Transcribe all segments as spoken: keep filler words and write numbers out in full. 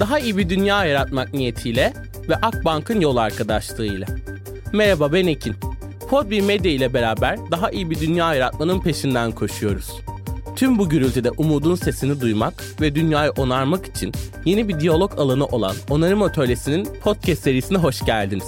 Daha iyi bir dünya yaratmak niyetiyle ve Akbank'ın yol arkadaşlığıyla. Merhaba, ben Ekin. Podbi Medya ile beraber daha iyi bir dünya yaratmanın peşinden koşuyoruz. Tüm bu gürültüde umudun sesini duymak ve dünyayı onarmak için yeni bir diyalog alanı olan Onarım Atölyesi'nin podcast serisine hoş geldiniz.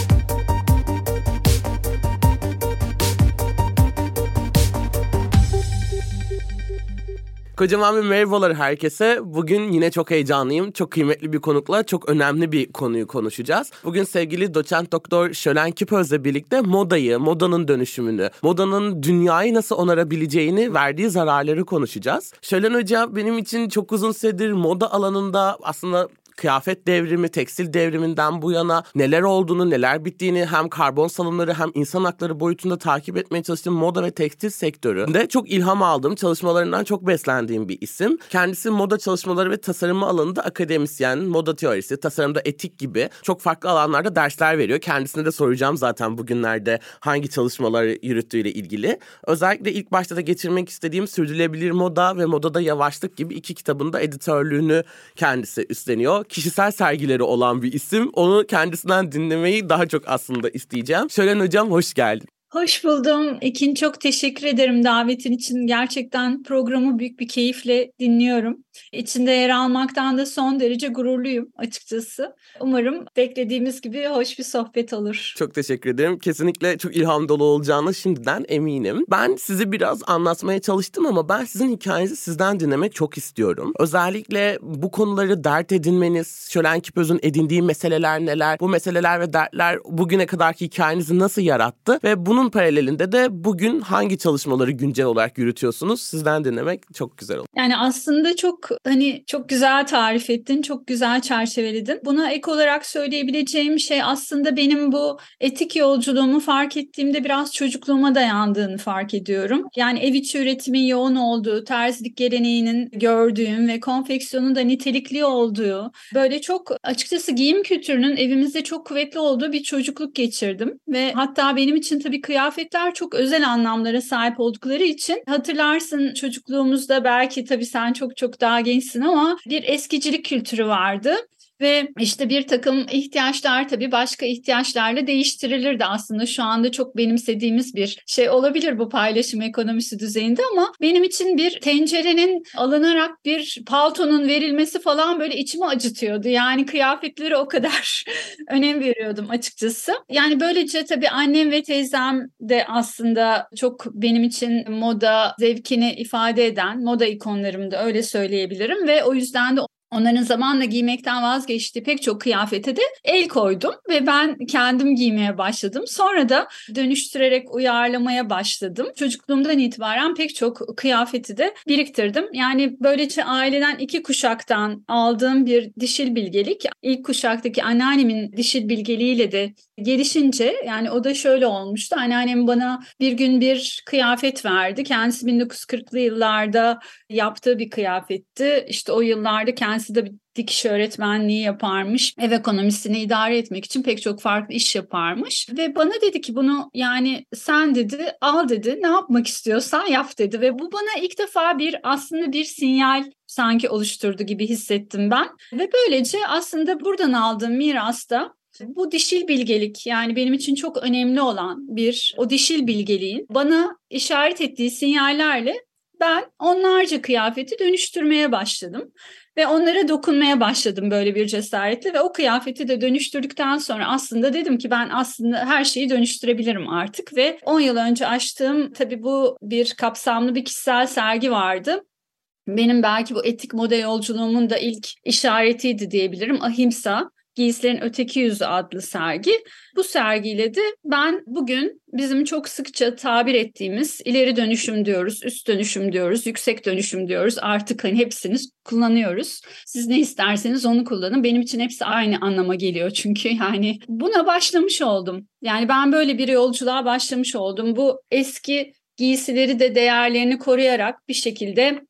Kocaman bir merhabalar herkese. Bugün yine çok heyecanlıyım. Çok kıymetli bir konukla çok önemli bir konuyu konuşacağız. Bugün sevgili doçent doktor Şölen Kipöz'le birlikte modayı, modanın dönüşümünü, modanın dünyayı nasıl onarabileceğini, verdiği zararları konuşacağız. Şölen Hoca benim için çok uzun süredir moda alanında aslında kıyafet devrimi, tekstil devriminden bu yana neler olduğunu, neler bittiğini hem karbon salımları hem insan hakları boyutunda takip etmeye çalıştığım moda ve tekstil sektöründe çok ilham aldığım, çalışmalarından çok beslendiğim bir isim. Kendisi moda çalışmaları ve tasarımı alanında akademisyen, moda teorisi, tasarımda etik gibi çok farklı alanlarda dersler veriyor. Kendisine de soracağım zaten bugünlerde hangi çalışmaları yürüttüğüyle ilgili. Özellikle ilk başta da geçirmek istediğim Sürdürülebilir Moda ve Modada Yavaşlık gibi iki kitabın da editörlüğünü kendisi üstleniyor. Kişisel sergileri olan bir isim. Onu kendisinden dinlemeyi daha çok aslında isteyeceğim. Şölen Hocam, hoş geldin. Hoş buldum. Ekin, çok teşekkür ederim davetin için. Gerçekten programı büyük bir keyifle dinliyorum. İçinde yer almaktan da son derece gururluyum açıkçası. Umarım beklediğimiz gibi hoş bir sohbet olur. Çok teşekkür ederim. Kesinlikle çok ilham dolu olacağına şimdiden eminim. Ben sizi biraz anlatmaya çalıştım ama ben sizin hikayenizi sizden dinlemek çok istiyorum. Özellikle bu konuları dert edinmeniz, Şölen Kipöz'ün edindiği meseleler neler, bu meseleler ve dertler bugüne kadarki hikayenizi nasıl yarattı ve bunun paralelinde de bugün hangi çalışmaları güncel olarak yürütüyorsunuz? Sizden dinlemek çok güzel olur. Yani aslında çok hani çok güzel tarif ettin, çok güzel çerçeveledin. Buna ek olarak söyleyebileceğim şey aslında benim bu etik yolculuğumu fark ettiğimde biraz çocukluğuma dayandığını fark ediyorum. Yani ev içi üretimin yoğun olduğu, terzilik geleneğinin gördüğüm ve konfeksiyonun da nitelikli olduğu, böyle çok açıkçası giyim kültürünün evimizde çok kuvvetli olduğu bir çocukluk geçirdim. Ve hatta benim için tabii kıyafetler çok özel anlamlara sahip oldukları için hatırlarsın çocukluğumuzda belki tabii sen çok çok daha gençsin ama bir eskicilik kültürü vardı. Ve işte bir takım ihtiyaçlar tabii başka ihtiyaçlarla değiştirilirdi aslında. Şu anda çok benimsediğimiz bir şey olabilir bu paylaşım ekonomisi düzeyinde ama benim için bir tencerenin alınarak bir paltonun verilmesi falan böyle içimi acıtıyordu. Yani kıyafetlere o kadar önem veriyordum açıkçası. Yani böylece tabii annem ve teyzem de aslında çok benim için moda zevkini ifade eden moda ikonlarım da öyle söyleyebilirim ve o yüzden de onların zamanla giymekten vazgeçtiği pek çok kıyafete de el koydum ve ben kendim giymeye başladım. Sonra da dönüştürerek uyarlamaya başladım. Çocukluğumdan itibaren pek çok kıyafeti de biriktirdim. Yani böylece aileden iki kuşaktan aldığım bir dişil bilgelik, ilk kuşaktaki anneannemin dişil bilgeliğiyle de gelişince yani o da şöyle olmuştu. Anneannem bana bir gün bir kıyafet verdi. Kendisi bin dokuz yüz kırklı yıllarda yaptığı bir kıyafetti. İşte o yıllarda kendisi de bir dikiş öğretmenliği yaparmış. Ev ekonomisini idare etmek için pek çok farklı iş yaparmış. Ve bana dedi ki bunu yani sen dedi al dedi ne yapmak istiyorsan yap dedi. Ve bu bana ilk defa bir aslında bir sinyal sanki oluşturdu gibi hissettim ben. Ve böylece aslında buradan aldığım mirasta bu dişil bilgelik yani benim için çok önemli olan bir o dişil bilgeliğin bana işaret ettiği sinyallerle ben onlarca kıyafeti dönüştürmeye başladım. Ve onlara dokunmaya başladım böyle bir cesaretle ve o kıyafeti de dönüştürdükten sonra aslında dedim ki ben aslında her şeyi dönüştürebilirim artık. Ve on yıl önce açtığım tabii bu bir kapsamlı bir kişisel sergi vardı. Benim belki bu etik moda yolculuğumun da ilk işaretiydi diyebilirim. Ahimsa. Giysilerin Öteki Yüzü adlı sergi. Bu sergiyle de ben bugün bizim çok sıkça tabir ettiğimiz ileri dönüşüm diyoruz, üst dönüşüm diyoruz, yüksek dönüşüm diyoruz. Artık hani hepsini kullanıyoruz. Siz ne isterseniz onu kullanın. Benim için hepsi aynı anlama geliyor çünkü yani buna başlamış oldum. Yani ben böyle bir yolculuğa başlamış oldum. Bu eski giysileri de değerlerini koruyarak bir şekilde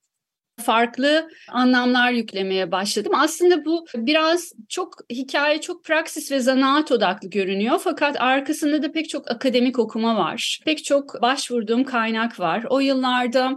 farklı anlamlar yüklemeye başladım. Aslında bu biraz çok hikaye, çok praksis ve zanaat odaklı görünüyor. Fakat arkasında da pek çok akademik okuma var. Pek çok başvurduğum kaynak var. O yıllarda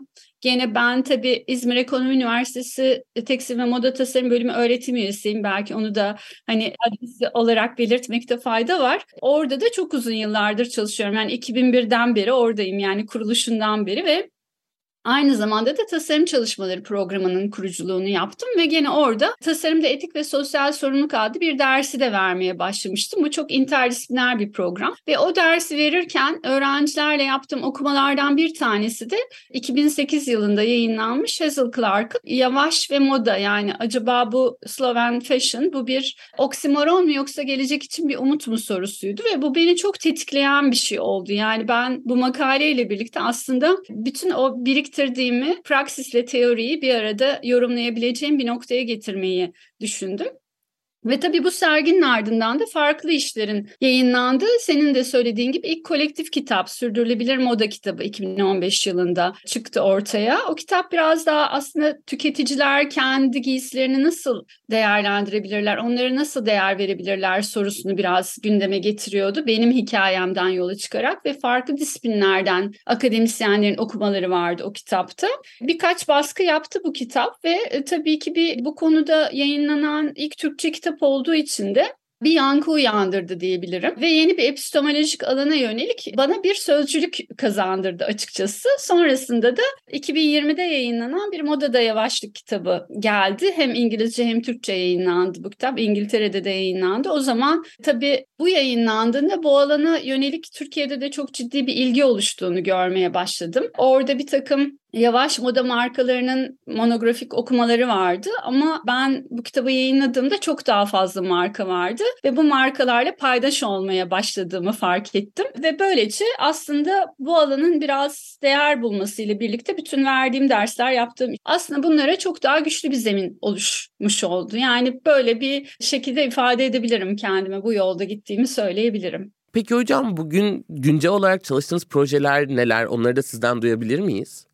Gene ben tabii İzmir Ekonomi Üniversitesi Tekstil ve Moda Tasarım Bölümü öğretim üyesiyim. Belki onu da hani adresi olarak belirtmekte fayda var. Orada da çok uzun yıllardır çalışıyorum. Yani iki bin birden beri oradayım, yani kuruluşundan beri ve aynı zamanda da tasarım çalışmaları programının kuruculuğunu yaptım ve gene orada tasarımda etik ve sosyal sorumluluk adlı bir dersi de vermeye başlamıştım. Bu çok interdisipliner bir program ve o dersi verirken öğrencilerle yaptığım okumalardan bir tanesi de iki bin sekiz yılında yayınlanmış Hazel Clark'ın Yavaş ve Moda, yani acaba bu slow and fashion bu bir oksimoron mu yoksa gelecek için bir umut mu sorusuydu ve bu beni çok tetikleyen bir şey oldu. Yani ben bu makaleyle birlikte aslında bütün o biriktirdiğimi praksisle teoriyi bir arada yorumlayabileceğim bir noktaya getirmeyi düşündüm. Ve tabii bu serginin ardından da farklı işlerin yayınlandığı, senin de söylediğin gibi ilk kolektif kitap Sürdürülebilir Moda kitabı iki bin on beş yılında çıktı ortaya. O kitap biraz daha aslında tüketiciler kendi giysilerini nasıl değerlendirebilirler, onlara nasıl değer verebilirler sorusunu biraz gündeme getiriyordu. Benim hikayemden yola çıkarak ve farklı disiplinlerden akademisyenlerin okumaları vardı o kitapta. Birkaç baskı yaptı bu kitap ve e, tabii ki bir bu konuda yayınlanan ilk Türkçe kitap olduğu için de bir yankı uyandırdı diyebilirim. Ve yeni bir epistemolojik alana yönelik bana bir sözcülük kazandırdı açıkçası. Sonrasında da iki bin yirmide yayınlanan bir Modada Yavaşlık kitabı geldi. Hem İngilizce hem Türkçe yayınlandı bu kitap. İngiltere'de de yayınlandı. O zaman tabii bu yayınlandığında bu alana yönelik Türkiye'de de çok ciddi bir ilgi oluştuğunu görmeye başladım. Orada bir takım yavaş moda markalarının monografik okumaları vardı ama ben bu kitabı yayınladığımda çok daha fazla marka vardı ve bu markalarla paydaş olmaya başladığımı fark ettim ve böylece aslında bu alanın biraz değer bulmasıyla birlikte bütün verdiğim dersler, yaptığım aslında bunlara çok daha güçlü bir zemin oluşmuş oldu. Yani böyle bir şekilde ifade edebilirim kendime, bu yolda gittiğimi söyleyebilirim. Peki hocam, bugün güncel olarak çalıştığınız projeler neler? Onları da sizden duyabilir miyiz?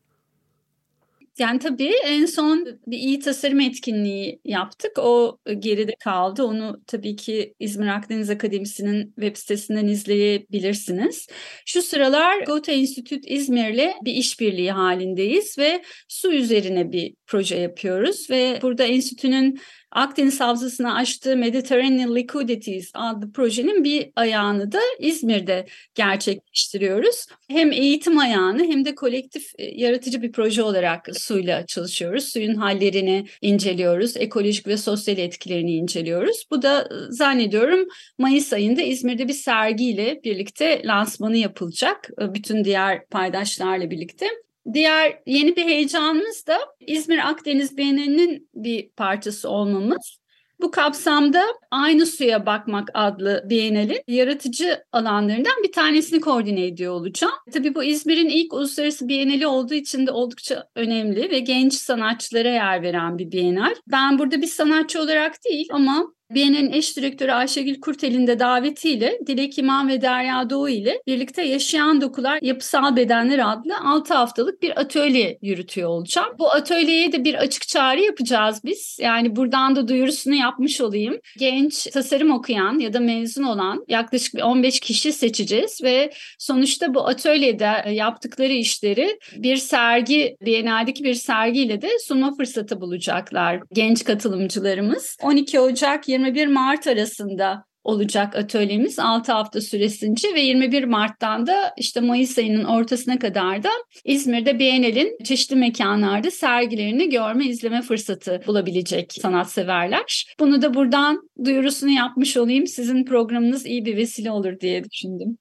Yani tabii en son bir iyi tasarım etkinliği yaptık. O geride kaldı. Onu tabii ki İzmir Akdeniz Akademisi'nin web sitesinden izleyebilirsiniz. Şu sıralar Goethe Enstitüt İzmir'le bir işbirliği halindeyiz ve su üzerine bir proje yapıyoruz. Ve burada enstitünün Akdeniz Havzası'na açtığı Mediterranean Liquidities adlı projenin bir ayağını da İzmir'de gerçekleştiriyoruz. Hem eğitim ayağını hem de kolektif yaratıcı bir proje olarak suyla çalışıyoruz. Suyun hallerini inceliyoruz, ekolojik ve sosyal etkilerini inceliyoruz. Bu da zannediyorum Mayıs ayında İzmir'de bir sergiyle birlikte lansmanı yapılacak, bütün diğer paydaşlarla birlikte. Diğer yeni bir heyecanımız da İzmir Akdeniz Bienalinin bir parçası olmamız. Bu kapsamda Aynı Suya Bakmak adlı Bienalin yaratıcı alanlarından bir tanesini koordine ediyor olacağım. Tabii bu İzmir'in ilk uluslararası Bienali olduğu için de oldukça önemli ve genç sanatçılara yer veren bir Bienal. Ben burada bir sanatçı olarak değil ama Bienal'in eş direktörü Ayşegül Kurtel'in de davetiyle Dilek İmam ve Derya Doğu ile birlikte Yaşayan Dokular Yapısal Bedenler adlı altı haftalık bir atölye yürütüyor olacağım. Bu atölyeye de bir açık çağrı yapacağız biz. Yani buradan da duyurusunu yapmış olayım. Genç tasarım okuyan ya da mezun olan yaklaşık on beş kişi seçeceğiz ve sonuçta bu atölyede yaptıkları işleri bir sergi, Bienal'deki bir sergiyle de sunma fırsatı bulacaklar genç katılımcılarımız. on iki Ocak yirmi bir Mart arasında olacak atölyemiz altı hafta süresince ve yirmi bir Mart'tan da işte Mayıs ayının ortasına kadar da İzmir'de Bienal'in çeşitli mekanlarda sergilerini görme, izleme fırsatı bulabilecek sanatseverler. Bunu da buradan duyurusunu yapmış olayım. Sizin programınız iyi bir vesile olur diye düşündüm.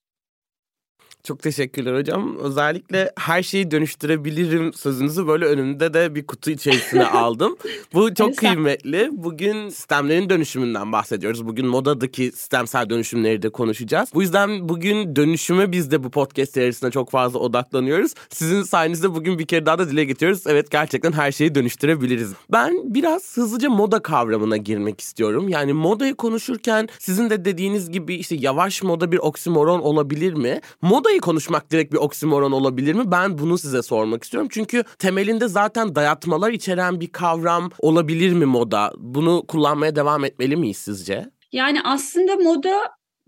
Çok teşekkürler hocam. Özellikle her şeyi dönüştürebilirim sözünüzü böyle önümde de bir kutu içerisine aldım. Bu çok kıymetli. Bugün sistemlerin dönüşümünden bahsediyoruz. Bugün modadaki sistemsel dönüşümleri de konuşacağız. Bu yüzden bugün dönüşüme biz de bu podcast serisinde çok fazla odaklanıyoruz. Sizin sayenizde bugün bir kere daha da dile getiriyoruz. Evet, gerçekten her şeyi dönüştürebiliriz. Ben biraz hızlıca moda kavramına girmek istiyorum. Yani modayı konuşurken sizin de dediğiniz gibi işte yavaş moda bir oksimoron olabilir mi? Moda konuşmak direkt bir oksimoron olabilir mi? Ben bunu size sormak istiyorum. Çünkü temelinde zaten dayatmalar içeren bir kavram olabilir mi moda? Bunu kullanmaya devam etmeli miyiz sizce? Yani aslında moda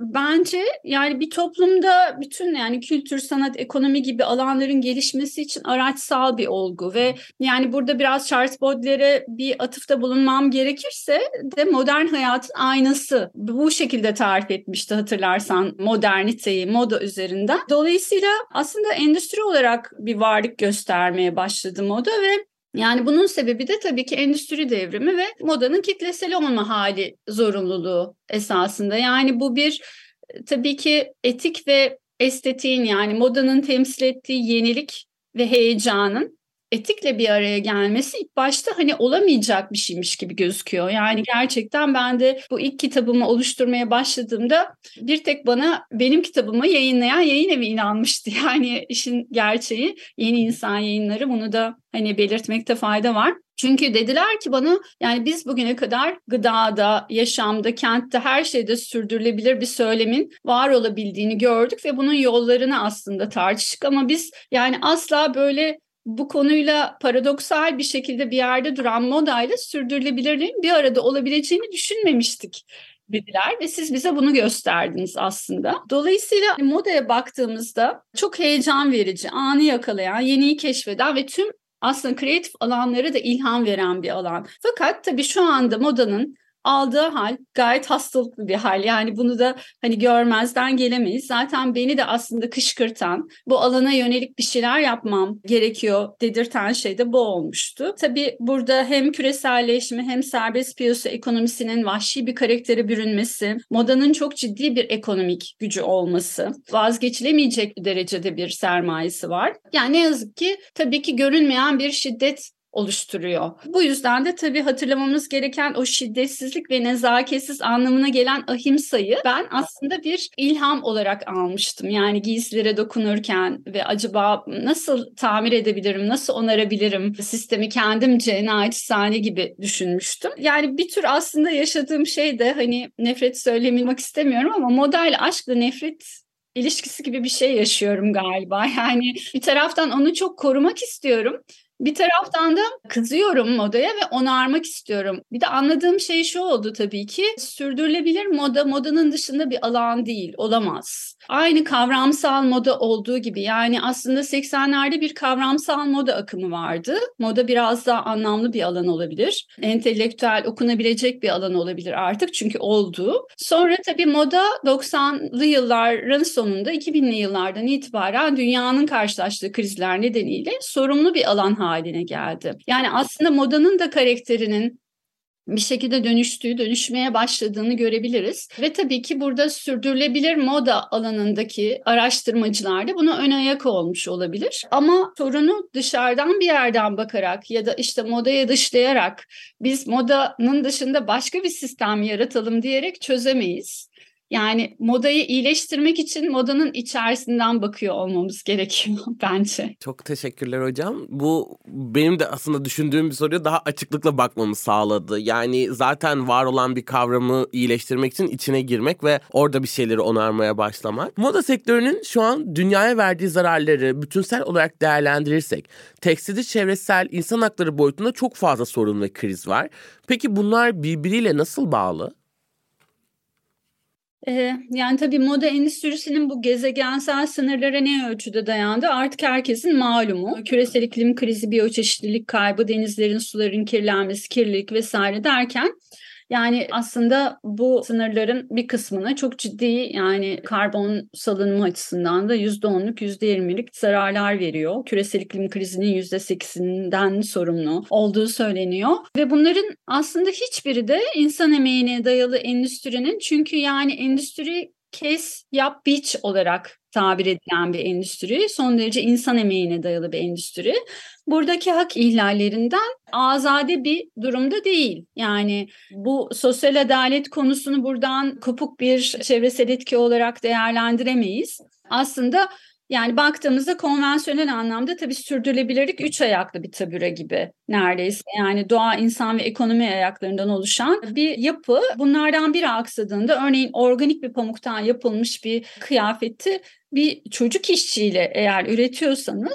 bence yani bir toplumda bütün yani kültür, sanat, ekonomi gibi alanların gelişmesi için araçsal bir olgu ve yani burada biraz Charles Baudelaire'e bir atıfta bulunmam gerekirse de modern hayatın aynası. Bu şekilde tarif etmişti hatırlarsan moderniteyi, moda üzerinden. Dolayısıyla aslında endüstri olarak bir varlık göstermeye başladı moda ve yani bunun sebebi de tabii ki endüstri devrimi ve modanın kitlesel olma hali zorunluluğu esasında. Yani bu bir tabii ki etik ve estetiğin yani modanın temsil ettiği yenilik ve heyecanın etikle bir araya gelmesi ilk başta hani olamayacak bir şeymiş gibi gözüküyor. Yani gerçekten ben de bu ilk kitabımı oluşturmaya başladığımda bir tek bana benim kitabımı yayınlayan yayın evi inanmıştı. Yani işin gerçeği Yeni İnsan Yayınları, bunu da hani belirtmekte fayda var. Çünkü dediler ki bana yani biz bugüne kadar gıdada, yaşamda, kentte her şeyde sürdürülebilir bir söylemin var olabildiğini gördük ve bunun yollarını aslında tartıştık ama biz yani asla böyle bu konuyla paradoksal bir şekilde bir yerde duran modayla sürdürülebilirliğin bir arada olabileceğini düşünmemiştik dediler ve siz bize bunu gösterdiniz aslında. Dolayısıyla modaya baktığımızda çok heyecan verici, anı yakalayan, yeniyi keşfeden ve tüm aslında kreatif alanlara da ilham veren bir alan. Fakat tabii şu anda modanın aldığı hal gayet hastalıklı bir hal. Yani bunu da hani görmezden gelemeyiz. Zaten beni de aslında kışkırtan, bu alana yönelik bir şeyler yapmam gerekiyor dedirten şey de bu olmuştu. Tabii burada hem küreselleşme hem serbest piyasa ekonomisinin vahşi bir karaktere bürünmesi, modanın çok ciddi bir ekonomik gücü olması, vazgeçilemeyecek derecede bir sermayesi var. Yani ne yazık ki tabii ki görünmeyen bir şiddet oluşturuyor. Bu yüzden de tabii hatırlamamız gereken o şiddetsizlik ve nezaketsiz anlamına gelen ahimsayı ben aslında bir ilham olarak almıştım. Yani giysilere dokunurken ve acaba nasıl tamir edebilirim, nasıl onarabilirim sistemi kendimce naçizane gibi düşünmüştüm. Yani bir tür aslında yaşadığım şey de hani nefret söylemek istemiyorum ama modayla aşkla nefret ilişkisi gibi bir şey yaşıyorum galiba. Yani bir taraftan onu çok korumak istiyorum. Bir taraftan da kızıyorum modaya ve onarmak istiyorum. Bir de anladığım şey şu oldu tabii ki. Sürdürülebilir moda modanın dışında bir alan değil, olamaz. Aynı kavramsal moda olduğu gibi yani aslında seksenlerde bir kavramsal moda akımı vardı. Moda biraz daha anlamlı bir alan olabilir. Entelektüel, okunabilecek bir alan olabilir artık çünkü oldu. Sonra tabii moda doksanlı yılların sonunda iki binli yıllardan itibaren dünyanın karşılaştığı krizler nedeniyle sorumlu bir alan haline geldi. Yani aslında modanın da karakterinin bir şekilde dönüştüğü, dönüşmeye başladığını görebiliriz. Ve tabii ki burada sürdürülebilir moda alanındaki araştırmacılar da buna ön ayak olmuş olabilir. Ama sorunu dışarıdan bir yerden bakarak ya da işte modaya dışlayarak biz modanın dışında başka bir sistem yaratalım diyerek çözemeyiz. Yani modayı iyileştirmek için modanın içerisinden bakıyor olmamız gerekiyor bence. Çok teşekkürler hocam. Bu benim de aslında düşündüğüm bir soruya daha açıklıkla bakmamı sağladı. Yani zaten var olan bir kavramı iyileştirmek için içine girmek ve orada bir şeyleri onarmaya başlamak. Moda sektörünün şu an dünyaya verdiği zararları bütünsel olarak değerlendirirsek, tekstilde çevresel insan hakları boyutunda çok fazla sorun ve kriz var. Peki bunlar birbiriyle nasıl bağlı? Ee, yani tabii moda endüstrisinin bu gezegensel sınırlara ne ölçüde dayandı artık herkesin malumu. Küresel iklim krizi, biyoçeşitlilik kaybı, denizlerin, suların kirlenmesi, kirlilik vesaire derken yani aslında bu sınırların bir kısmına çok ciddi yani karbon salınımı açısından da yüzde onluk, yüzde yirmilik zararlar veriyor. Küresel iklim krizinin yüzde sekizinden sorumlu olduğu söyleniyor. Ve bunların aslında hiçbiri de insan emeğine dayalı endüstrinin çünkü yani endüstri kes, yap, biç olarak tabir edilen bir endüstri. Son derece insan emeğine dayalı bir endüstri. Buradaki hak ihlallerinden azade bir durumda değil. Yani bu sosyal adalet konusunu buradan kopuk bir çevresel etki olarak değerlendiremeyiz. Aslında yani baktığımızda konvansiyonel anlamda tabii sürdürülebilirlik üç ayaklı bir tabure gibi neredeyse. Yani doğa, insan ve ekonomi ayaklarından oluşan bir yapı. Bunlardan biri aksadığında örneğin organik bir pamuktan yapılmış bir kıyafeti bir çocuk işçiyle eğer üretiyorsanız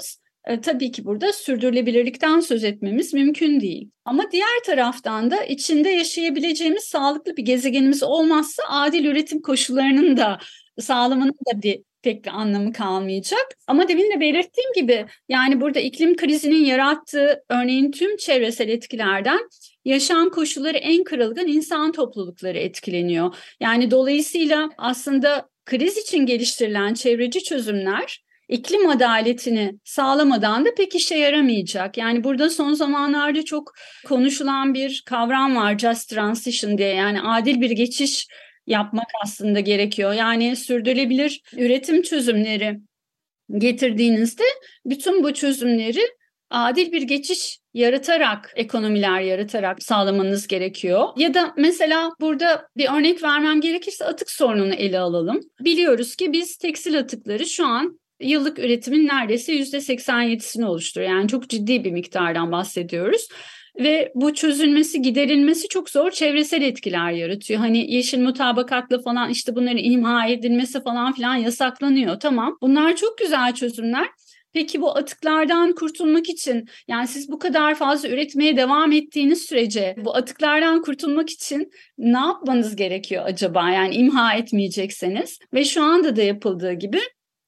e, tabii ki burada sürdürülebilirlikten söz etmemiz mümkün değil. Ama diğer taraftan da içinde yaşayabileceğimiz sağlıklı bir gezegenimiz olmazsa adil üretim koşullarının da sağlamanın da bir pek bir anlamı kalmayacak. Ama demin de belirttiğim gibi yani burada iklim krizinin yarattığı örneğin tüm çevresel etkilerden yaşam koşulları en kırılgan insan toplulukları etkileniyor. Yani dolayısıyla aslında kriz için geliştirilen çevreci çözümler iklim adaletini sağlamadan da pek işe yaramayacak. Yani burada son zamanlarda çok konuşulan bir kavram var, just transition diye, yani adil bir geçiş yapmak aslında gerekiyor. Yani sürdürülebilir üretim çözümleri getirdiğinizde bütün bu çözümleri adil bir geçiş yaratarak, ekonomiler yaratarak sağlamanız gerekiyor. Ya da mesela burada bir örnek vermem gerekirse atık sorununu ele alalım. Biliyoruz ki biz tekstil atıkları şu an yıllık üretimin neredeyse yüzde seksen yedisini oluşturuyor. Yani çok ciddi bir miktardan bahsediyoruz. Ve bu çözülmesi, giderilmesi çok zor çevresel etkiler yaratıyor. Hani yeşil mutabakatla falan işte bunların imha edilmesi falan filan yasaklanıyor. Tamam, bunlar çok güzel çözümler. Peki bu atıklardan kurtulmak için, yani siz bu kadar fazla üretmeye devam ettiğiniz sürece bu atıklardan kurtulmak için ne yapmanız gerekiyor acaba? Yani imha etmeyecekseniz ve şu anda da yapıldığı gibi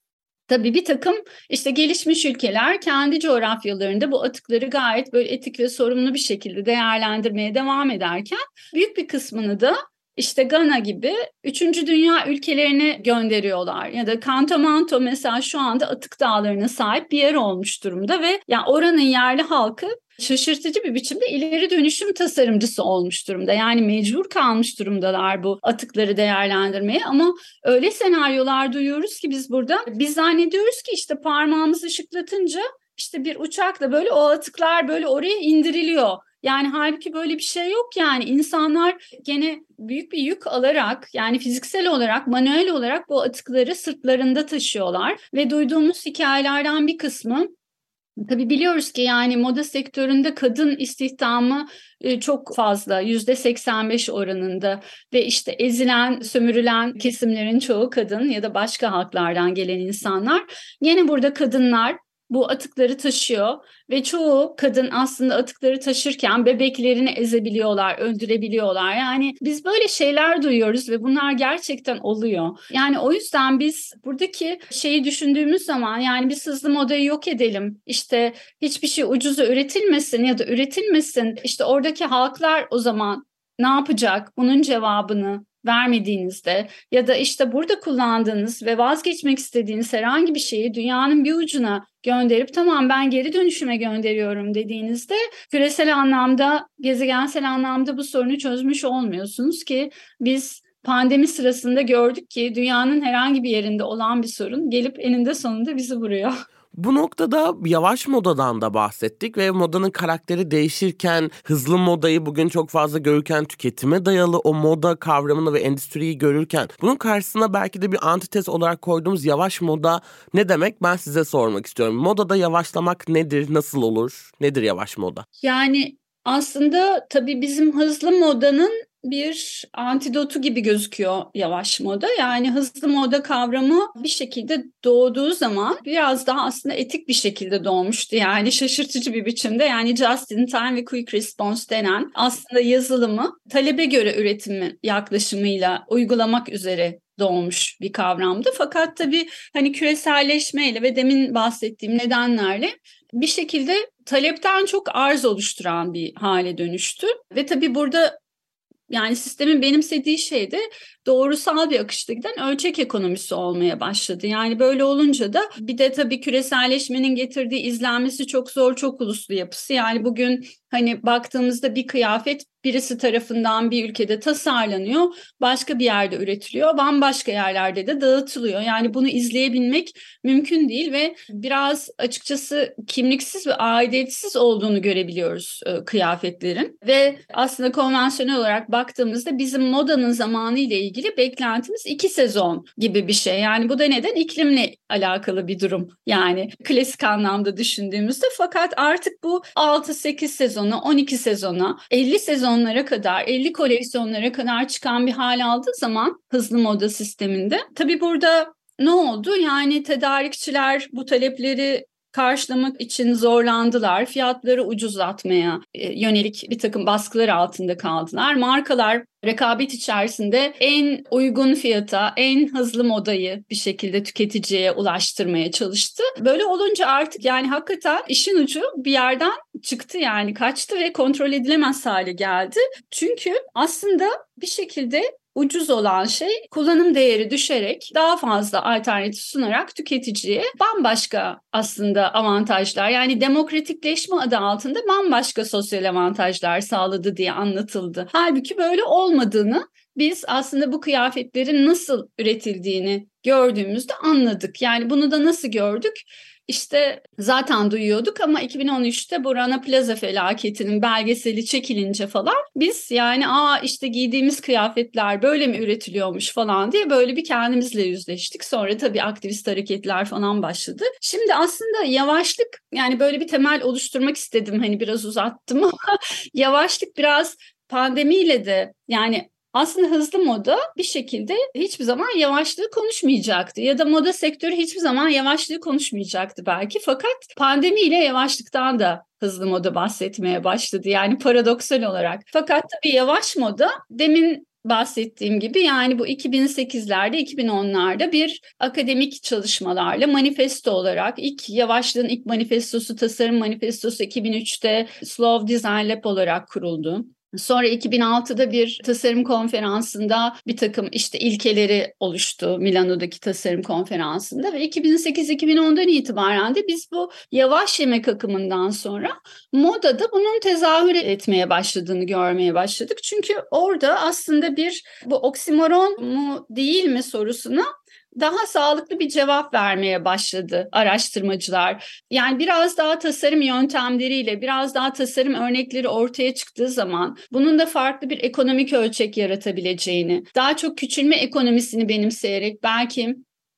tabii bir takım işte gelişmiş ülkeler kendi coğrafyalarında bu atıkları gayet böyle etik ve sorumlu bir şekilde değerlendirmeye devam ederken büyük bir kısmını da İşte Gana gibi üçüncü dünya ülkelerine gönderiyorlar. Ya da Kantamanto mesela şu anda atık dağlarına sahip bir yer olmuş durumda ve yani oranın yerli halkı şaşırtıcı bir biçimde ileri dönüşüm tasarımcısı olmuş durumda. Yani mecbur kalmış durumdalar bu atıkları değerlendirmeye, ama öyle senaryolar duyuyoruz ki biz burada biz zannediyoruz ki işte parmağımızı ışıklatınca işte bir uçakla böyle o atıklar böyle oraya indiriliyor. Yani halbuki böyle bir şey yok. Yani insanlar gene büyük bir yük alarak, yani fiziksel olarak, manuel olarak bu atıkları sırtlarında taşıyorlar ve duyduğumuz hikayelerden bir kısmı, tabii biliyoruz ki yani moda sektöründe kadın istihdamı çok fazla, yüzde seksen beş oranında ve işte ezilen, sömürülen kesimlerin çoğu kadın ya da başka halklardan gelen insanlar. Yine burada kadınlar bu atıkları taşıyor ve çoğu kadın aslında atıkları taşırken bebeklerini ezebiliyorlar, öldürebiliyorlar. Yani biz böyle şeyler duyuyoruz ve bunlar gerçekten oluyor. Yani o yüzden biz buradaki şeyi düşündüğümüz zaman, yani biz hızlı modayı yok edelim, İşte hiçbir şey ucuza üretilmesin ya da üretilmesin. İşte oradaki halklar o zaman ne yapacak? Bunun cevabını vermediğinizde ya da işte burada kullandığınız ve vazgeçmek istediğiniz herhangi bir şeyi dünyanın bir ucuna gönderip tamam ben geri dönüşüme gönderiyorum dediğinizde küresel anlamda, gezegensel anlamda bu sorunu çözmüş olmuyorsunuz ki biz pandemi sırasında gördük ki dünyanın herhangi bir yerinde olan bir sorun gelip eninde sonunda bizi vuruyor. Bu noktada yavaş modadan da bahsettik ve modanın karakteri değişirken hızlı modayı bugün çok fazla görürken, tüketime dayalı o moda kavramını ve endüstriyi görürken bunun karşısına belki de bir antitez olarak koyduğumuz yavaş moda ne demek, ben size sormak istiyorum. Modada yavaşlamak nedir, nasıl olur, nedir yavaş moda? Yani aslında tabii bizim hızlı modanın bir antidotu gibi gözüküyor yavaş moda. Yani hızlı moda kavramı bir şekilde doğduğu zaman biraz daha aslında etik bir şekilde doğmuştu. Yani şaşırtıcı bir biçimde, yani just in time ve quick response denen aslında yazılımı talebe göre üretimi yaklaşımıyla uygulamak üzere doğmuş bir kavramdı. Fakat tabii hani küreselleşmeyle ve demin bahsettiğim nedenlerle bir şekilde talepten çok arz oluşturan bir hale dönüştü. Ve tabii burada yani sistemin benimsediği şey de doğrusal bir akışta giden ölçek ekonomisi olmaya başladı. Yani böyle olunca da bir de tabii küreselleşmenin getirdiği izlenmesi çok zor, çok uluslu yapısı. Yani bugün hani baktığımızda bir kıyafet birisi tarafından bir ülkede tasarlanıyor, başka bir yerde üretiliyor, bambaşka yerlerde de dağıtılıyor. Yani bunu izleyebilmek mümkün değil ve biraz açıkçası kimliksiz ve aidiyetsiz olduğunu görebiliyoruz e, kıyafetlerin. Ve aslında konvansiyonel olarak baktığımızda bizim modanın zamanı ile ilgili beklentimiz iki sezon gibi bir şey. Yani bu da neden? İklimle alakalı bir durum. Yani klasik anlamda düşündüğümüzde, fakat artık bu altı sekiz sezona, on iki sezona, elli sezonlara kadar, elli koleksiyonlara kadar çıkan bir hal aldığı zaman hızlı moda sisteminde. Tabii burada ne oldu? Yani tedarikçiler bu talepleri karşılamak için zorlandılar. Fiyatları ucuzlatmaya yönelik bir takım baskılar altında kaldılar. Markalar rekabet içerisinde en uygun fiyata, en hızlı modayı bir şekilde tüketiciye ulaştırmaya çalıştı. Böyle olunca artık yani hakikaten işin ucu bir yerden çıktı, yani kaçtı ve kontrol edilemez hale geldi. Çünkü aslında bir şekilde ucuz olan şey kullanım değeri düşerek daha fazla alternatif sunarak tüketiciye bambaşka aslında avantajlar, yani demokratikleşme adı altında bambaşka sosyal avantajlar sağladı diye anlatıldı. Halbuki böyle olmadığını biz aslında bu kıyafetlerin nasıl üretildiğini gördüğümüzde anladık. Yani bunu da nasıl gördük? İşte zaten duyuyorduk ama iki bin on üçte bu Rana Plaza felaketinin belgeseli çekilince falan biz yani aa işte giydiğimiz kıyafetler böyle mi üretiliyormuş falan diye böyle bir kendimizle yüzleştik. Sonra tabii aktivist hareketler falan başladı. Şimdi aslında yavaşlık, yani böyle bir temel oluşturmak istedim, hani biraz uzattım ama yavaşlık biraz pandemiyle de, yani aslında hızlı moda bir şekilde hiçbir zaman yavaşlığı konuşmayacaktı ya da moda sektörü hiçbir zaman yavaşlığı konuşmayacaktı belki. Fakat pandemiyle yavaşlıktan da hızlı moda bahsetmeye başladı, yani paradoksal olarak. Fakat tabii yavaş moda demin bahsettiğim gibi yani bu iki bin sekizlerde iki bin onlarda bir akademik çalışmalarla manifesto olarak ilk yavaşlığın ilk manifestosu, tasarım manifestosu iki bin üçte Slow Design Lab olarak kuruldu. Sonra iki bin altıda bir tasarım konferansında bir takım işte ilkeleri oluştu Milano'daki tasarım konferansında ve iki bin sekiz iki bin ondan itibaren de biz bu yavaş yemek akımından sonra modada bunun tezahür etmeye başladığını görmeye başladık. Çünkü orada aslında bir bu oksimoron mu değil mi sorusuna daha sağlıklı bir cevap vermeye başladı araştırmacılar. Yani biraz daha tasarım yöntemleriyle, biraz daha tasarım örnekleri ortaya çıktığı zaman bunun da farklı bir ekonomik ölçek yaratabileceğini, daha çok küçülme ekonomisini benimseyerek belki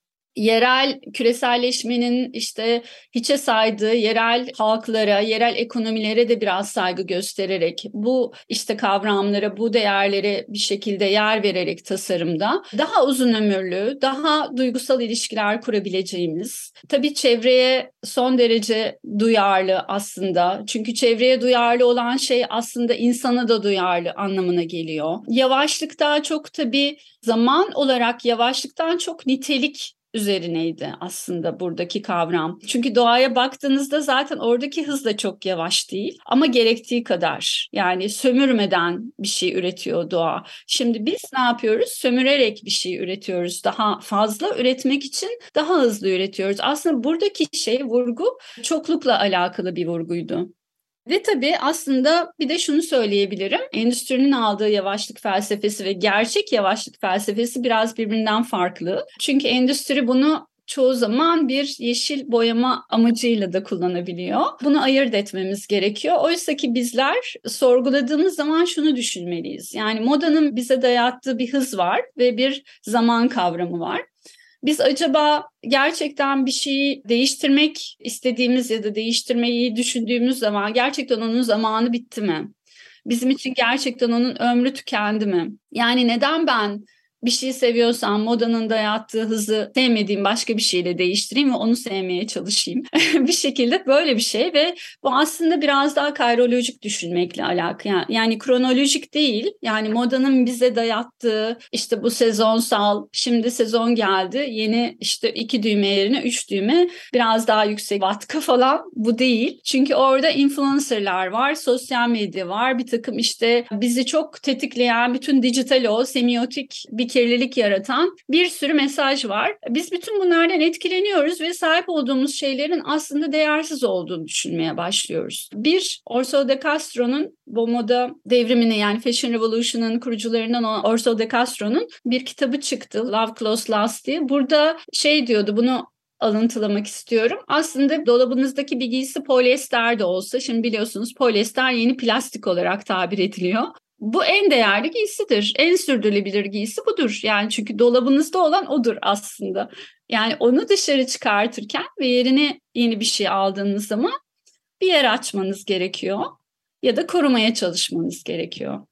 yerel küreselleşmenin işte hiçe saydığı yerel halklara, yerel ekonomilere de biraz saygı göstererek bu işte kavramlara, bu değerlere bir şekilde yer vererek tasarımda daha uzun ömürlü, daha duygusal ilişkiler kurabileceğimiz, tabii çevreye son derece duyarlı aslında. Çünkü çevreye duyarlı olan şey aslında insana da duyarlı anlamına geliyor. Yavaşlık daha çok tabii zaman olarak yavaşlıktan çok nitelik üzerineydi aslında buradaki kavram. Çünkü doğaya baktığınızda zaten oradaki hız da çok yavaş değil ama gerektiği kadar. Yani sömürmeden bir şey üretiyor doğa. Şimdi biz ne yapıyoruz? Sömürerek bir şey üretiyoruz. Daha fazla üretmek için daha hızlı üretiyoruz. Aslında buradaki şey, vurgu çoklukla alakalı bir vurguydu. Ve tabii aslında bir de şunu söyleyebilirim. Endüstrinin aldığı yavaşlık felsefesi ve gerçek yavaşlık felsefesi biraz birbirinden farklı. Çünkü endüstri bunu çoğu zaman bir yeşil boyama amacıyla da kullanabiliyor. Bunu ayırt etmemiz gerekiyor. Oysa ki bizler sorguladığımız zaman şunu düşünmeliyiz. Yani modanın bize dayattığı bir hız var ve bir zaman kavramı var. Biz acaba gerçekten bir şeyi değiştirmek istediğimiz ya da değiştirmeyi düşündüğümüz zaman gerçekten onun zamanı bitti mi? Bizim için gerçekten onun ömrü tükendi mi? Yani neden ben bir şeyi seviyorsam modanın dayattığı hızı sevmediğim başka bir şeyle değiştireyim ve onu sevmeye çalışayım. Bir şekilde böyle bir şey ve bu aslında biraz daha kairolojik düşünmekle alakalı. Yani, yani kronolojik değil. Yani modanın bize dayattığı işte bu sezonsal, şimdi sezon geldi, yeni işte iki düğme yerine üç düğme, biraz daha yüksek vatka falan, bu değil. Çünkü orada influencerlar var, sosyal medya var, bir takım işte bizi çok tetikleyen bütün dijital o semiotik bir kirlilik yaratan bir sürü mesaj var. Biz bütün bunlardan etkileniyoruz ve sahip olduğumuz şeylerin aslında değersiz olduğunu düşünmeye başlıyoruz. Bir, Orso de Castro'nun bu moda devrimini, yani Fashion Revolution'ın kurucularından olan Orso de Castro'nun bir kitabı çıktı, Love Clothes Last diye. Burada şey diyordu, bunu alıntılamak istiyorum. Aslında dolabınızdaki bir giysi polyester de olsa, şimdi biliyorsunuz polyester yeni plastik olarak tabir ediliyor. Bu en değerli giysidir. En sürdürülebilir giysi budur. Yani çünkü dolabınızda olan odur aslında. Yani onu dışarı çıkartırken ve yerine yeni bir şey aldığınız zaman bir yer açmanız gerekiyor ya da korumaya çalışmanız gerekiyor.